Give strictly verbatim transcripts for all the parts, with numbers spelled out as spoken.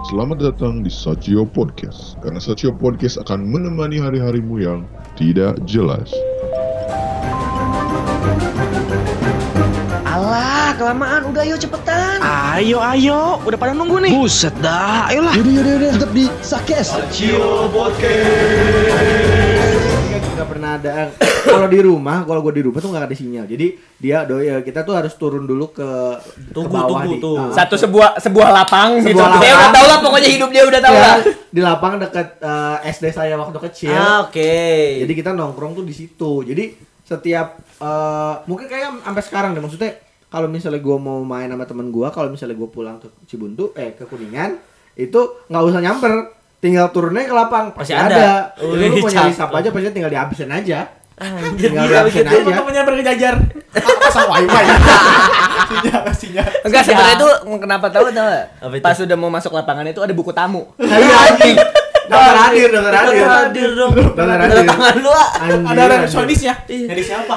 Selamat datang di Sachio Podcast, karena Sachio Podcast akan menemani hari-harimu yang tidak jelas. Alah, kelamaan. Udah, ayo cepetan. Ayo, ayo. Udah pada nunggu nih. Buset dah, ayolah. Yaudah, yaudah, yaudah. Tetap di Sakes. Sachio Podcast. Gak pernah ada. Kalau di rumah, kalau gue di rumah tuh gak ada sinyal. Jadi dia doi kita tuh harus turun dulu ke Tunggu, ke bawah tunggu, di, tuh. uh, Satu sebuah sebuah lapang Sebuah gitu. lapang. Dia udah tahu lah, pokoknya hidup dia udah tahu ya, lah. di lapang dekat uh, S D saya waktu kecil. Ah, oke. Jadi kita nongkrong tuh di situ. Jadi setiap uh, mungkin kayak sampai sekarang deh, maksudnya kalau misalnya gue mau main sama temen gue, kalau misalnya gue pulang ke Cibuntu, eh ke Kuningan, itu nggak usah nyamper, tinggal turunnya ke lapang pasti Pasti ada. ada. Jadi lu mau nyari Cakep. sap aja, pasti tinggal dihabisin aja. Anjir, Tinggal gila dihabisin begitu. aja. Temennya berkejajar. Pasang wifi. Sinyal, sinyal. Enggak, sebenarnya itu kenapa tahu tahu nggak? Apa itu? Pas udah mau masuk lapangan itu ada buku tamu. Iya anjing. Dokter hadir, dokter hadir. Dokter hadir dong. Dokter Tanda hadir. tangan lu, ah. Anjing, Ada ada anjing. resepsionisnya. Dari siapa?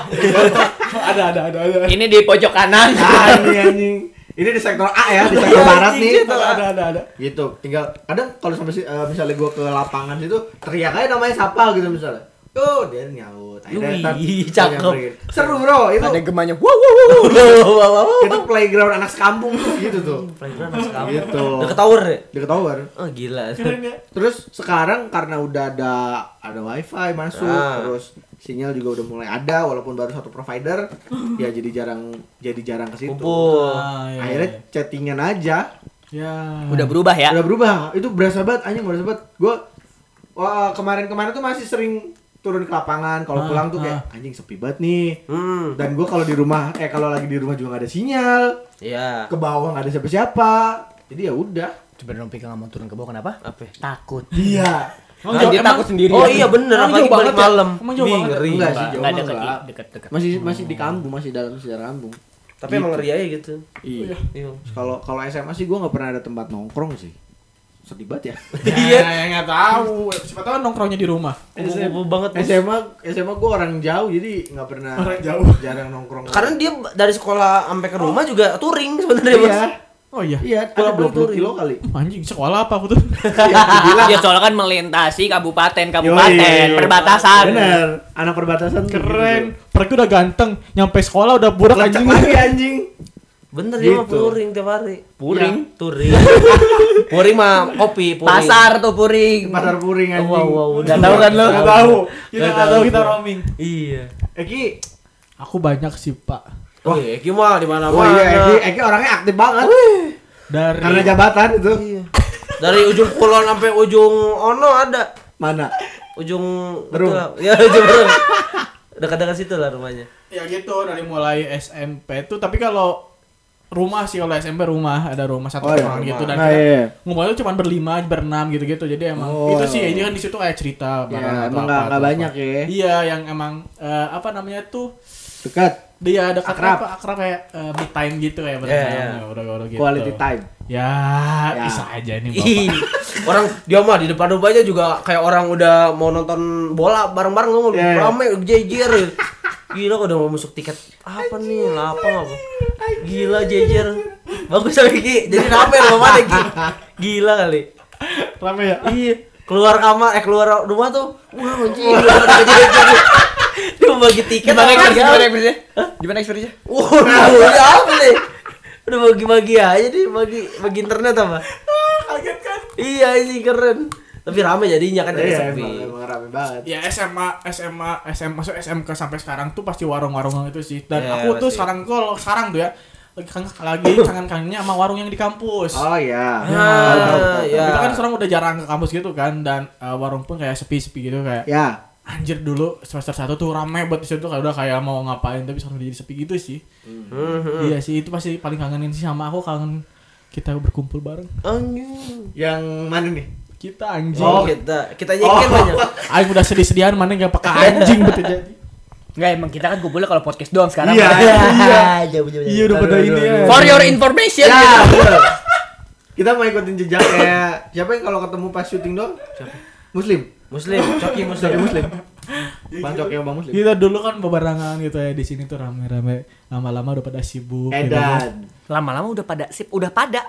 Ada, ada, ada, ada. Ini di pojok kanan. Anjing, anjing. Ini di sektor A ya, di sektor barat nih. Ada, ada, ada, ada. Gitu, tinggal kadang kalau sampai si- uh, misalnya gue ke lapangan situ teriak aja namanya siapa gitu misalnya. Tuh dia nyaut. Akhirnya Wih, ntar- cakep. nyamperin. Seru bro, itu Ada gemanya. Wow wow wow. Wow wow. itu playground anak sekampung tuh gitu tuh. Playground mas kamu. Gitu. Deket tower ya? Di Tower. Oh gila. Keren ya. Terus sekarang karena udah ada ada wifi masuk, Ah. terus sinyal juga udah mulai ada walaupun baru satu provider, ya jadi jarang jadi jarang ke situ. Kumpul. Ah, iya, Akhirnya iya. chattingan aja. Ya. Udah berubah ya? Udah berubah. Itu berasa banget anjing, berasa banget. Gua wah, kemarin-kemarin tuh masih sering turun ke lapangan. Kalau Ah, pulang tuh kayak ah. anjing sepi banget nih. Hmm. Dan gua kalau di rumah eh kalau lagi di rumah juga gak ada sinyal. Iya. Ke bawah gak ada siapa-siapa. Jadi ya udah. Coba dong Pika nggak mau turun ke bawah, kenapa? Apa? Takut. Iya. Emang Ah, jauh- dia emang- takut sendiri. Oh, iya bener, Emang apalagi jauh balik banget ya? malam. Emang jauh Wih, banget. ngeri. Enggak sih, jauh Enggak mah dekat, enggak. dekat, dekat. Masih masih di kampung, masih dalam sejarah kampung. Tapi emang ngeri aja gitu. Iya. Iya. Kalau kalau S M A sih gua nggak pernah ada tempat nongkrong sih. Sedih banget ya. Iya, ya nggak tahu. Siapa tahu nongkrongnya di rumah. Kupu-kupu banget. S M A S M A gua orang jauh jadi nggak pernah Orang jauh. jarang nongkrong. Karena dia dari sekolah sampai ke rumah juga touring sebenarnya, Mas. iya. Oh iya. Iya, ada Pulang-pulang dua puluh touring. kilo kali. Anjing, sekolah apa aku tuh? Iya, dibilang. Ya soalnya kan melintasi kabupaten, Yoi, kabupaten, perbatasan. Bener, anak perbatasan tuh Keren. gitu. Pergi udah ganteng, nyampe sekolah udah burak Kocak anjing. lagi anjing. Bener dia mah Gitu. touring tiap hari. Puring? touring. Puring mah kopi, puring. Pasar tuh puring. Pasar puring anjing. Wow, wow, udah Nggak tahu kan lo? Nggak tahu. Kita Nggak nggak tahu tahu. kita roaming. Iya. Eki. Aku banyak sih, Pak. Oh, iya, Eki mah di mana-mana. Wah, iya, Eki, Eki orangnya aktif banget. Dari Karena jabatan itu. Iya. Dari ujung kulon sampai ujung ono ada. Mana? Ujung Berung. betul. Ya, ujung Berung. Dekat-dekat situ lah rumahnya. ya gitu dari mulai S M P tuh, tapi kalau rumah sih, kalau S M P rumah ada rumah satu Oh, iya, orang rumah. gitu, dan Nah, kita iya. ngumpulnya cuma berlima berenam gitu-gitu, jadi emang Oh, itu sih iya. ini kan di situ kayak cerita bareng Ya, atau emang apa, nggak atau nggak apa. banyak ya. Iya, yang emang eh, apa namanya tuh Dekat. dia ada kata Akrab. apa akrab kayak eh, me time gitu ya, Iya, berenam iya. ya, udah-udah gitu. Quality time. Ya, Ya. bisa aja nih Ih, Bapak. orang dia mah di depan rumahnya juga kayak orang udah mau nonton bola bareng-bareng ngomong Iya, iya. rame jejer. Gila udah mau masuk tiket apa nih? Lapang apa? Gila jejer. Bagus tapi Ki. Jadi rame loh mana Ki. Gila kali. Rame ya. Iya, keluar kamar eh keluar rumah tuh. Wah, anjing. udah jejer. Dia mau bagi tiket. Gimana apa ekspresi? enggak? Gimana ekspresinya? Gimana ekspresinya? Waduh, ini apa nih? Udah bagi-bagi aja nih, bagi bagi internet apa? Kaget kan? Iya, ini keren. Tapi rame jadinya kan dari Iya, sepi. emang, emang rame banget. Ya S M A, S M A, S M masuk S M K sampai sekarang tuh pasti warung-warung itu sih. Dan Iya, aku tuh pasti. sekarang kalau sekarang tuh ya lagi kangen lagi kangen-kangennya sama warung yang di kampus. Oh iya. Ah, Tahu, tahu, tahu. iya. Kita kan sekarang udah jarang ke kampus gitu kan, dan uh, warung pun kayak sepi-sepi gitu kayak. Ya. Anjir dulu semester satu tuh rame buat di situ kayak udah kayak mau ngapain, tapi sekarang udah jadi sepi gitu sih. Mhm. Iya sih, itu pasti paling kangenin sih sama aku, kangen kita berkumpul bareng. Anjing. Yang mana nih? Kita anjing. Oh, kita kita nyekin banyak. Aing udah sedih-sedihan mana enggak pakai anjing betul jadi. Enggak, emang kita kan kumpulnya kalau podcast doang sekarang. Iya, iya. Iya udah pada ini ya. For your information. Ya, gitu. betul. Kita mau ikutin jejak kayak siapa yang kalau ketemu pas syuting doang? Siapa? Muslim. Muslim, coki muslim. Coki Muslim. Bang Coki sama Bang Muslim. Kita dulu kan bebarengan gitu ya di sini tuh rame-rame. Lama-lama udah pada sibuk. gitu kan. Edan. Lama-lama udah pada sip, udah pada.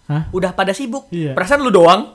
Hah? Udah pada sibuk. Iya. Perasaan lu doang.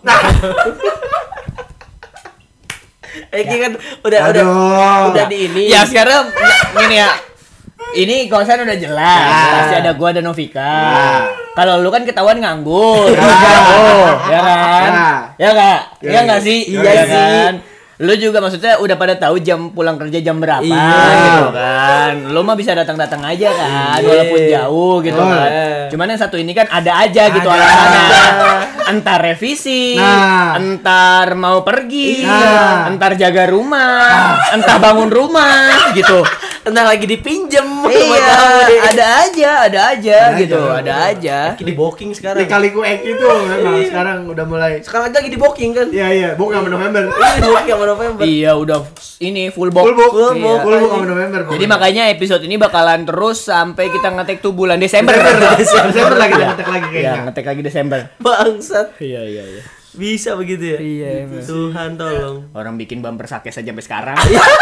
Eki kan udah udah Aduh. udah di ini. Ya sekarang gini ya. Ini konsen udah jelas. Ya. Pasti ada gua dan Novika. Ya. Kalau lu kan ketahuan nganggur. Ya. Oh, ya kan? Ya. Ya enggak? Ya, Ya enggak ya. sih? Iya Ya sih. kan? Lu juga maksudnya udah pada tahu jam pulang kerja jam berapa Iya. gitu kan. Lu mah bisa datang-datang aja kan Iya. walaupun jauh gitu Oh, kan. iya. Cuman yang satu ini kan ada aja gitu Ada. alasannya. Entar revisi, Nah. entar mau pergi, Nah. entar jaga rumah, entah bangun rumah gitu. Entah lagi dipinjem. Iya, ada aja, ada aja Ada gitu, aja. ada aja. Eki di booking sekarang. Dikaliku Eki tuh memang sekarang udah mulai. Sekarang aja lagi di booking kan. Iya iya, bukan sama November. Ini di booking sama November. Iya, udah ini full box. Full book, Full Iya. book. full book sama November. Jadi makanya episode ini bakalan terus sampai kita ngetek tuh bulan Desember. Desember, Desember lagi Iya. ngetek lagi Iya, kayaknya. ngetek lagi Desember. Bangsat. Iya, iya, iya. Bisa begitu ya? Iya, Tuhan tolong. orang bikin bumper sakes aja sampai sekarang.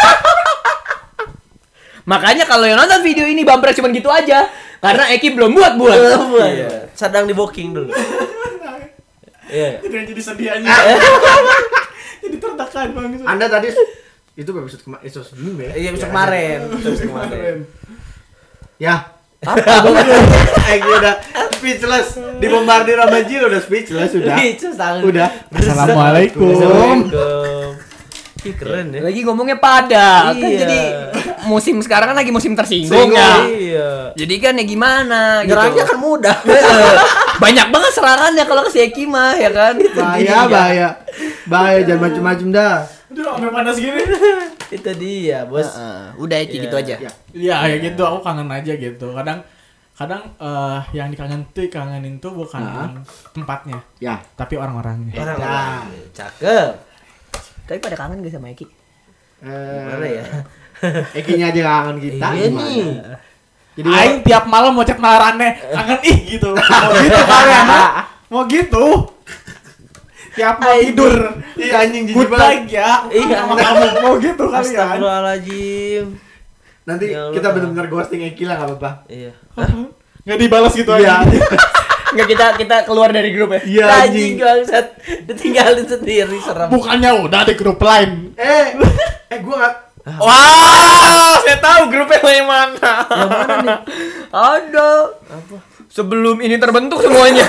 Makanya kalau yang nonton video ini bumper cuma gitu aja. Karena Eki belum buat buat. Iya. Sedang di booking dulu. Iya. Jadi jadi sedih aja. Jadi tertekan bang. Anda tadi itu episode kemarin, episode sebelum ya? Iya, episode kemarin. Episode kemarin. Ya. Eki udah speechless, dibombardir sama Jil udah speechless sudah. Speechless, tangan. Udah. Assalamualaikum. Assalamualaikum. Ih, keren ya. Lagi ngomongnya pada. Kan Iya. jadi musim sekarang kan lagi musim tersinggung ya. Iya. Jadi kan ya gimana gitu. Nyerangnya kan mudah. Heeh. Banyak banget serangannya kalau ke si Eki mah ya kan. Bahaya, bahaya. Bahaya jangan macem-macem dah. Aduh, sampai panas gini. Itu dia, Bos. Heeh. Udah Eki Iya. gitu aja. Ya. Iya, ya gitu. Aku kangen aja gitu. Kadang kadang eh, yang dikangen tuh kangenin tuh bukan Nah. tempatnya, Ya. tapi orang-orangnya. Orang Ya. cakep. Tapi pada kangen gak sama Eki? Gimana ya? Ekinya aja kangen kita. Iya gimana? nih. Jadi Aing tiap malam mau chat malarane, kangen ih gitu. Mau gitu kalian, ha? Mau gitu. Tiap mau tidur. Iya anjing jijik Good banget. night ya. Iya. Sama kamu mau gitu kalian. Astagfirullahaladzim. Nanti Ya Allah. kita benar-benar ghosting Eki lah enggak apa-apa. Iya. Nggak dibalas gitu Iya. aja. Enggak kita kita keluar dari grup ya. Iya Anjing anjing. bangsat. Ditinggalin sendiri serem. Bukannya udah di grup lain. Eh, eh gua enggak Wah, saya tahu grupnya yang mana. Yang mana nih? Ada. Apa? Sebelum ini terbentuk semuanya.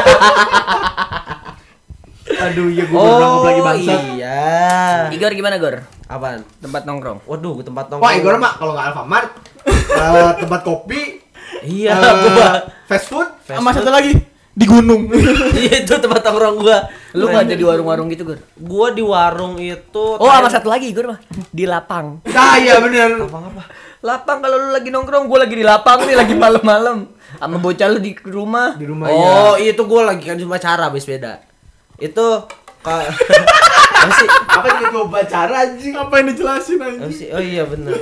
aduh iya gua baru nangkep lagi bangsat. iya. Igor gimana, Gor? Apaan? Tempat nongkrong. Waduh, ke tempat nongkrong. Wah, Igor mah kalau enggak Alfamart, eh, tempat kopi, Iya, eh, gua. fast food, Sama satu lagi di gunung. Iya, itu tempat nongkrong gua. Lu enggak ada di warung-warung gitu, Gor? Gua di warung itu. Oh, sama satu lagi, Igor mah di lapang. nah iya bener. Apa-apa? Lapang kalau lu lagi nongkrong, gua lagi di lapang nih, lagi malam-malam. Sama bocah lu di rumah. Di rumah Oh, ya. itu gua lagi kan cuma cara habis beda. Itu ka apa sih? Apa yang gua bacara anjing? Apa yang dijelasin Apa aja? sih? Oh iya benar.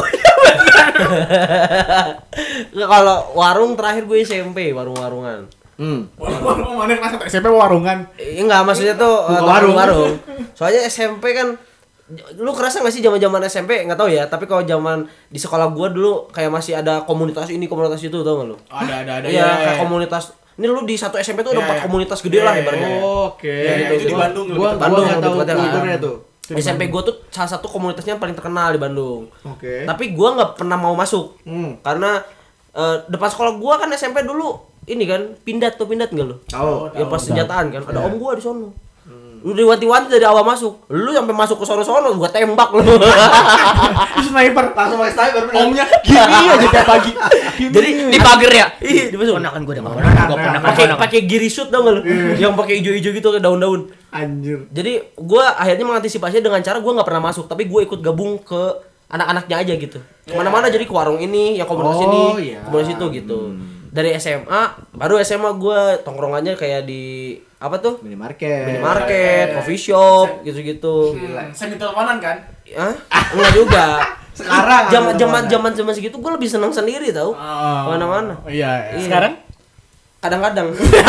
Nggak, kalau warung terakhir gue S M P, warung-warungan. Hmm. Warung mana kelas satu S M P warungan. Eh, enggak, maksudnya tuh Buka eh, warung. warung. Soalnya S M P kan lu kerasa gak sih zaman-zaman S M P? Nggak tahu ya, tapi kalau zaman di sekolah gua dulu kayak masih ada komunitas ini, komunitas itu, tau gak lu? Ada ada ada. Iya, kayak komunitas. Ini lu di satu S M P tuh ada Iya, empat iya. komunitas gede Iya, lah iya, ibaratnya. iya. Oke. Ya, gitu, itu di gua- Bandung lebih Gua tepatnya. Bandung, nggak tahu lebih tepatnya. kulturnya tuh. S M P gua tuh salah satu komunitasnya yang paling terkenal di Bandung. Oke. Tapi gua nggak pernah mau masuk. Hmm. Karena eh, depan sekolah gua kan S M P dulu ini kan pindat tuh pindat enggak lu? Tahu. Yang pas senjataan kan, ada Iya. om gua di sono. Lu diwanti-wanti dari awal masuk. Lu sampai masuk ke sono-sono gua tembak lu. Itu sniper. Langsung pakai sniper bener. Omnya gini aja tiap pagi. Jadi Di pagar ya? Iya, dimasuk. Ponakan gua udah mau. Ponakan, Gua ponakan Pakai ponakan. pakai giri shoot dong lu? Yang pakai ijo-ijo gitu kayak daun-daun. Anjir. Jadi gua akhirnya mengantisipasinya dengan cara gua nggak pernah masuk, tapi gua ikut gabung ke anak-anaknya aja gitu. Kemana-mana jadi ke warung ini, ya komunitas Oh, ini, iya. komunitas itu gitu. Dari S M A, baru S M A gua tongkrongannya kayak di apa tuh? Minimarket. Minimarket, coffee shop, gitu-gitu. Semi teleponan kan? Hah? Enggak juga. Sekarang Zaman ada zaman mana? zaman zaman segitu gua lebih senang sendiri tau. Oh. Mana-mana. Oh, iya, iya. Iya. Sekarang Kadang-kadang.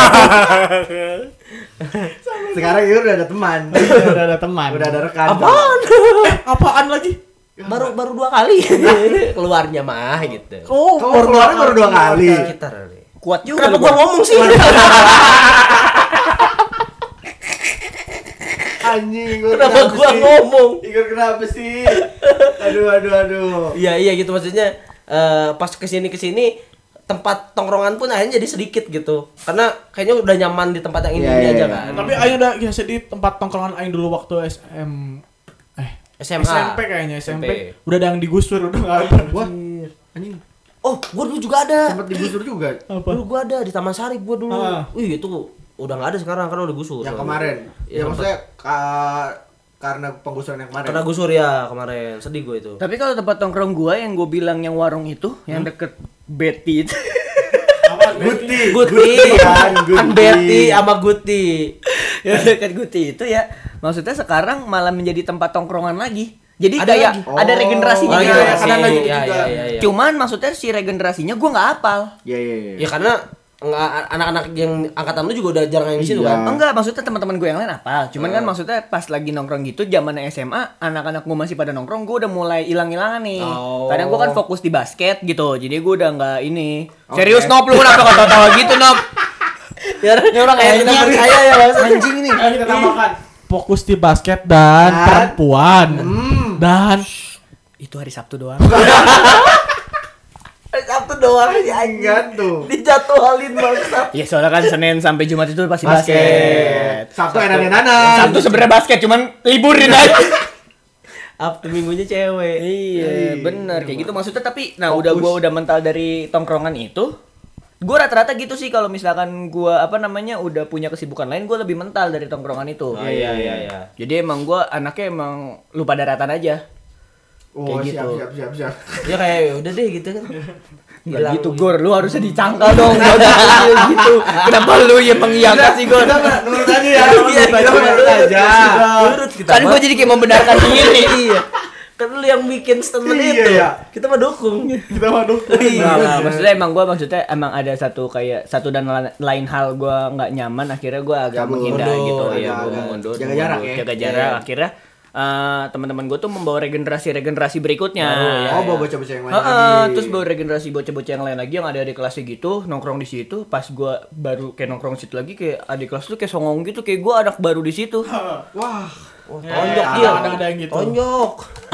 Sekarang itu udah ada teman. Udah ada teman. Udah ada rekan. Apaan? Apaan lagi? baru baru dua kali keluarnya mah gitu. Oh, Kamu keluarnya baru dua kali. Sekitar. kuat juga Kenapa lu, gua Gor. ngomong sih? bingung. Igor kenapa sih? Aduh aduh aduh. Iya iya gitu maksudnya eh, pas kesini kesini tempat tongkrongan pun akhirnya jadi sedikit gitu karena kayaknya udah nyaman di tempat yang ini Iya, iya, aja iya. kan. Tapi aing udah biasa di tempat tongkrongan aing dulu waktu S M eh S M A. S M P kayaknya S M P. S M P. Udah ada yang digusur udah enggak ada. Wah, anjing. Oh, gua dulu juga ada. Sempat digusur juga. Apa? Dulu gua ada di Taman Sari gua dulu. Ah. Wih, itu udah enggak ada sekarang karena udah gusur. Yang soalnya. kemarin. Ya, Ya maksudnya ka- karena penggusuran yang kemarin. karena gusur ya kemarin. Sedih gua itu. Tapi kalau tempat tongkrong gua yang gua bilang yang warung itu, yang deket Betty itu. Guti. Guti kan, kan Betty sama Guti. yang deket Guti itu ya, maksudnya sekarang malah menjadi tempat tongkrongan lagi. Jadi Ada kayak lagi? ada Oh. regenerasinya Oh, gitu. iya, iya, kadang iya, lagi iya, juga. iya, iya. Cuman maksudnya si regenerasinya gua nggak hafal. Iya iya iya. Ya karena nggak anak-anak yang angkatan lu juga udah jarang yang di situ Iya. kan. Enggak, maksudnya teman-teman gue yang lain apa? Cuman kan Oh. maksudnya pas lagi nongkrong gitu zaman S M A, anak-anak gue masih pada nongkrong, gue udah mulai hilang-hilangan nih. Oh. Kadang gue kan fokus di basket gitu. Jadi gue udah nggak ini. Oke. Serius Nop, lu kenapa ketawa-tawa gitu, Nop? Ya ini orang kayak tidak percaya ya Mas. Anjing nih. Ayo kita tambahkan. Fokus di basket dan Dan- perempuan. Hmm. Dan Itu hari Sabtu doang. Sabtu doang aja anjing. Gantung. Dijatuhalin bangsa. Iya, soalnya kan Senin sampai Jumat itu pasti Basket. basket. Sabtu enak-enakan. Sabtu sebenarnya basket, cuman liburin aja. Sabtu minggunya cewek. Iya, bener kayak gitu maksudnya. Tapi nah Fokus. udah gua udah mental dari tongkrongan itu. Gua rata-rata gitu sih kalau misalkan gua apa namanya udah punya kesibukan lain, gua lebih mental dari tongkrongan itu. Oh, iya iya iya. Jadi emang gua anaknya emang lupa daratan aja. Oh, Kayak siap, gitu. siap siap siap. Ya kayak ya udah deh gitu kan. Gak gitu Gor, lu harusnya dicangkal dong. Gak usah gitu. Kenapa lu yang mengiyakan sih Gor? Kita mah nurut aja ya. Iya, Kita kita mah nurut aja. Nurut kita. Kan mah. gua jadi kayak membenarkan diri. Iya. Kan lu yang bikin statement Iya, itu. iya. Kita mah dukung. kita mah dukung. Nah, nah, maksudnya emang gua maksudnya emang ada satu kayak satu dan la- lain hal gua nggak nyaman, akhirnya gua agak Cabut. menghindar Mundur, gitu ya, agak- gua agak mundur, jaga mundur, jarak ya. jaga Iya, jarak. iya. Akhirnya eh, teman-teman gua tuh membawa regenerasi-regenerasi berikutnya. Baru, ya. Oh, bawa bocah-bocah yang lain Heeh, lagi. terus bawa regenerasi bocah-bocah yang lain lagi yang ada di kelasnya gitu, nongkrong di situ. Pas gua baru kayak nongkrong situ lagi kayak adik kelas tuh kayak songong gitu, kayak gua anak baru di situ. Wah. Wah, Ya, tonjok ya, dia. ada- ada yang gitu. Tonjok.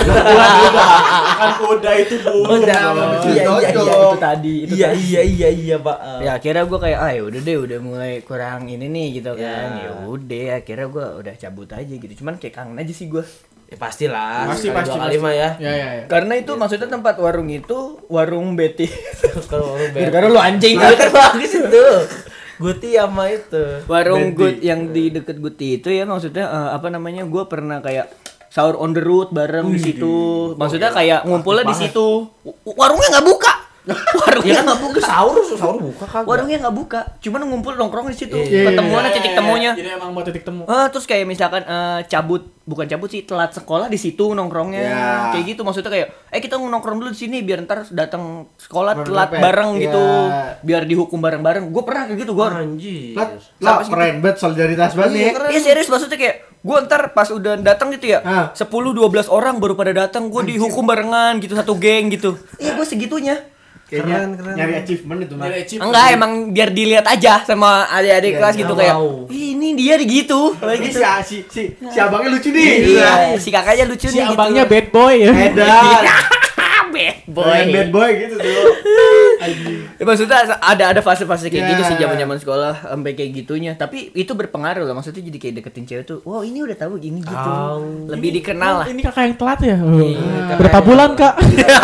Kan udah itu dulu. Udah. Kenapa Iya iya iya. tonjok? Itu tadi, itu Iya tadi. iya iya iya, Pak. Ya akhirnya gue kayak ah ya udah deh udah mulai kurang ini nih gitu kan. Ya. Ya udah akhirnya gue udah cabut aja gitu. Cuman kayak kangen aja sih gue. Ya pastilah. Pasti, Sekali pasti, dua kali pasti. mah ya. Ya ya ya. Karena itu maksudnya tempat warung itu warung Betty. Kalau orang Gara-gara lu anjing. Iya kan bagus itu. Guti sama itu. Warung Betty. Gut yang di deket Guti itu ya maksudnya eh, apa namanya gue pernah kayak sahur on the road bareng di situ. Maksudnya kayak ngumpulnya di situ. W- Warungnya nggak buka. Warungnya nggak buka. Sahur sahur buka kagak. Warungnya nggak buka. Cuman ngumpul nongkrong di situ. Iya, Ketemuannya titik temunya. Jadi emang buat titik temu. Ah, terus kayak misalkan eh, cabut, bukan cabut sih, telat sekolah di situ nongkrongnya. Ya. Kayak gitu maksudnya kayak eh kita nongkrong dulu di sini biar ntar datang sekolah Bareng telat mepet. bareng gitu. Ya. Biar dihukum bareng-bareng. Gue pernah kayak gitu, gue. Anjir. Lah, lah Sampai segitu. keren banget solidaritas banget nih. Iya serius maksudnya kayak gue ntar pas udah datang gitu ya, Ah. sepuluh dua belas orang baru pada datang, gue dihukum barengan gitu satu geng gitu. Iya gue segitunya. Kayaknya Keren, keren. nyari achievement itu mah. Enggak emang biar dilihat aja sama adik-adik Iya, kelas gitu nggak kayak, mau. "Ih, ini dia gitu. Kayak Ini gitu. si, si, si, si abangnya lucu nih. Iya, si kakaknya lucu Si nih abangnya gitu. bad boy ya. Edan. Bad Boy. boy. Bad boy gitu tuh. Ya, maksudnya ada ada fase-fase kayak Ya. gitu sih zaman-zaman sekolah sampai kayak gitunya. Tapi itu berpengaruh lah. Maksudnya jadi kayak deketin cewek tuh. Wow, ini udah tahu gini gitu. Oh. Lebih dikenal lah. Ini kakak yang telat ya? Iya, Berapa kakak. bulan kak?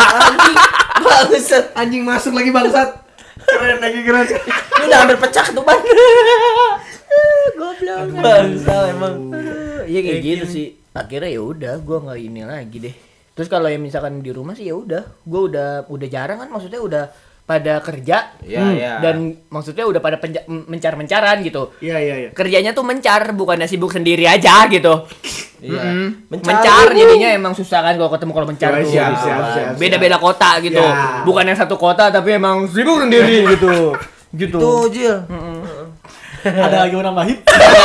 Bangsat. Anjing masuk lagi bangsat. Keren lagi keren. Ini udah hampir pecah ketuban. Goblok. Bangsa emang. Iya kayak gitu sih. Akhirnya ya udah, gua nggak ini lagi deh. Terus kalau yang misalkan di rumah sih ya udah, gua udah udah jarang kan maksudnya udah pada kerja. Iya, Hmm. iya. Dan maksudnya udah pada penja- mencar-mencaran gitu. Iya iya iya. Kerjanya tuh mencar, bukannya sibuk sendiri aja gitu. Iya. Mm-mm. Mencar. Mencar jadinya emang susah kan kalau ketemu kalau mencar Ya, tuh. siap, gitu siap, kan. siap, Beda-beda kota gitu. Ya. Bukan yang satu kota tapi emang sibuk sendiri gitu. Gitu. Tuh, Jil. Ada lagi orang nambahin?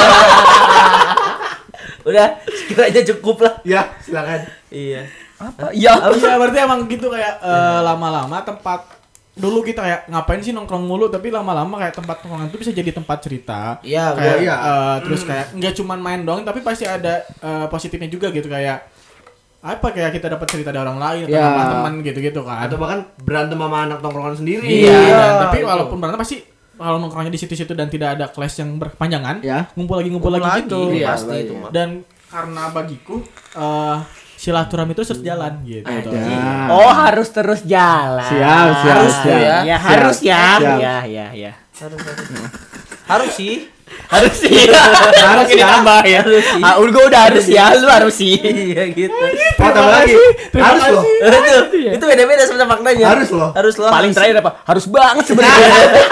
Udah, sekiranya cukup lah. Ya, silakan. Iya. Apa? Ya. Iya berarti emang gitu kayak eh, lama-lama tempat dulu kita kayak ngapain sih nongkrong mulu tapi lama-lama kayak tempat nongkrong itu bisa jadi tempat cerita. Iya, Kayak iya. eh, terus kayak nggak cuman main doang tapi pasti ada eh, positifnya juga gitu kayak apa kayak kita dapat cerita dari orang lain atau Ya. teman-teman gitu-gitu kan. Atau bahkan berantem sama anak tongkrongan sendiri. Iya, Iya, dan tapi itu. walaupun berantem pasti kalau nongkrongnya di situ-situ dan tidak ada clash yang berkepanjangan, Ya. ngumpul lagi ngumpul, Ngumpul lagi, lagi, gitu. iya, Iya, pasti iya. itu mah. Dan karena bagiku eh silaturahmi itu terus jalan gitu. Ada. Oh, harus terus jalan. Siap, siap, Harus siap. ya. Ya, harus ya. Siap. Ya, ya, ya. Harus, harus. Harus sih. Harus sih. Harus Ini ya. tambah ya. Harus sih. Ah, udah udah harus ya, lu harus sih. Iya gitu. Oh, tambah lagi. Terima Harus loh. itu itu beda-beda sama maknanya. Harus loh. Harus loh. Paling harus. terakhir apa? Harus banget sebenarnya.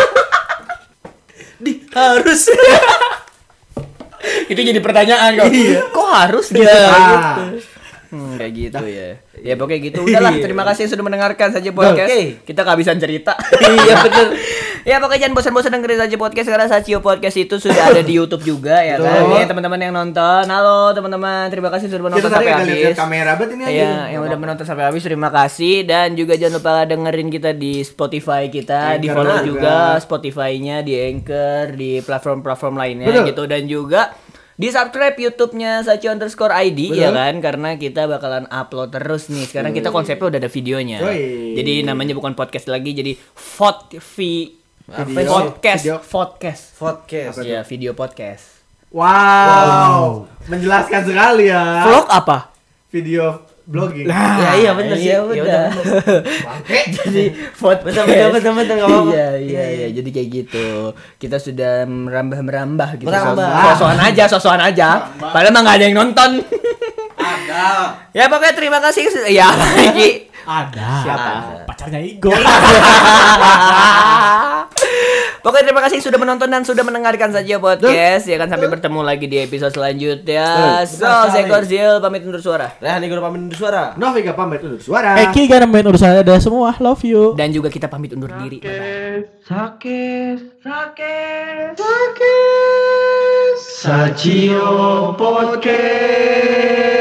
Di harus. Itu jadi pertanyaan kok. Kok harus gitu? Ah. Hmm, kayak gitu ya. Ya pokoknya gitu. Udahlah, terima kasih sudah mendengarkan saja podcast. Oke. Kita kehabisan cerita. Iya bener. Ya pokoknya jangan bosan-bosan dengerin saja podcast karena Sacio Podcast itu sudah ada di YouTube juga ya kan. Betul. Nih teman-teman yang nonton. Halo teman-teman, terima kasih sudah Kita menonton tadi sampai agak lihat habis. kamera bet ini aja. Iya, yang udah menonton sampai habis terima kasih dan juga jangan lupa dengerin kita di Spotify kita, di Anchor follow juga. juga Spotify-nya, di Anchor, di platform-platform lainnya Betul. gitu dan juga di subscribe YouTube-nya Sacio underscore I D Betul. ya kan karena kita bakalan upload terus nih. Sekarang kita konsepnya udah ada videonya. Yoi. Jadi namanya bukan podcast lagi jadi Vod V Apa sih? podcast, Video. podcast. Podcast. Ya, video podcast. Wow. Menjelaskan sekali ya. Vlog apa? Video blogging. Ya iya bener sih. Iya Ya udah. Jadi podcast. Betul betul betul betul enggak apa-apa. Iya iya iya. Jadi kayak gitu. Kita sudah merambah-merambah gitu. Merambah. Sosokan aja, sosokan aja. Padahal emang gak ada yang nonton. Ada. Ya pokoknya terima kasih. Ya lagi. Ada. Siapa? Pacarnya Igor. Pokoknya terima kasih sudah menonton dan sudah mendengarkan saja podcast. Ya kan sampai bertemu lagi di episode selanjutnya. So, saya Korzil pamit undur suara. Nah, ini gue pamit undur suara. Novika pamit undur suara. Eki gak nemuin urusan ada semua. Love you. Dan juga kita pamit undur diri. Bye-bye. Sacio Podcast.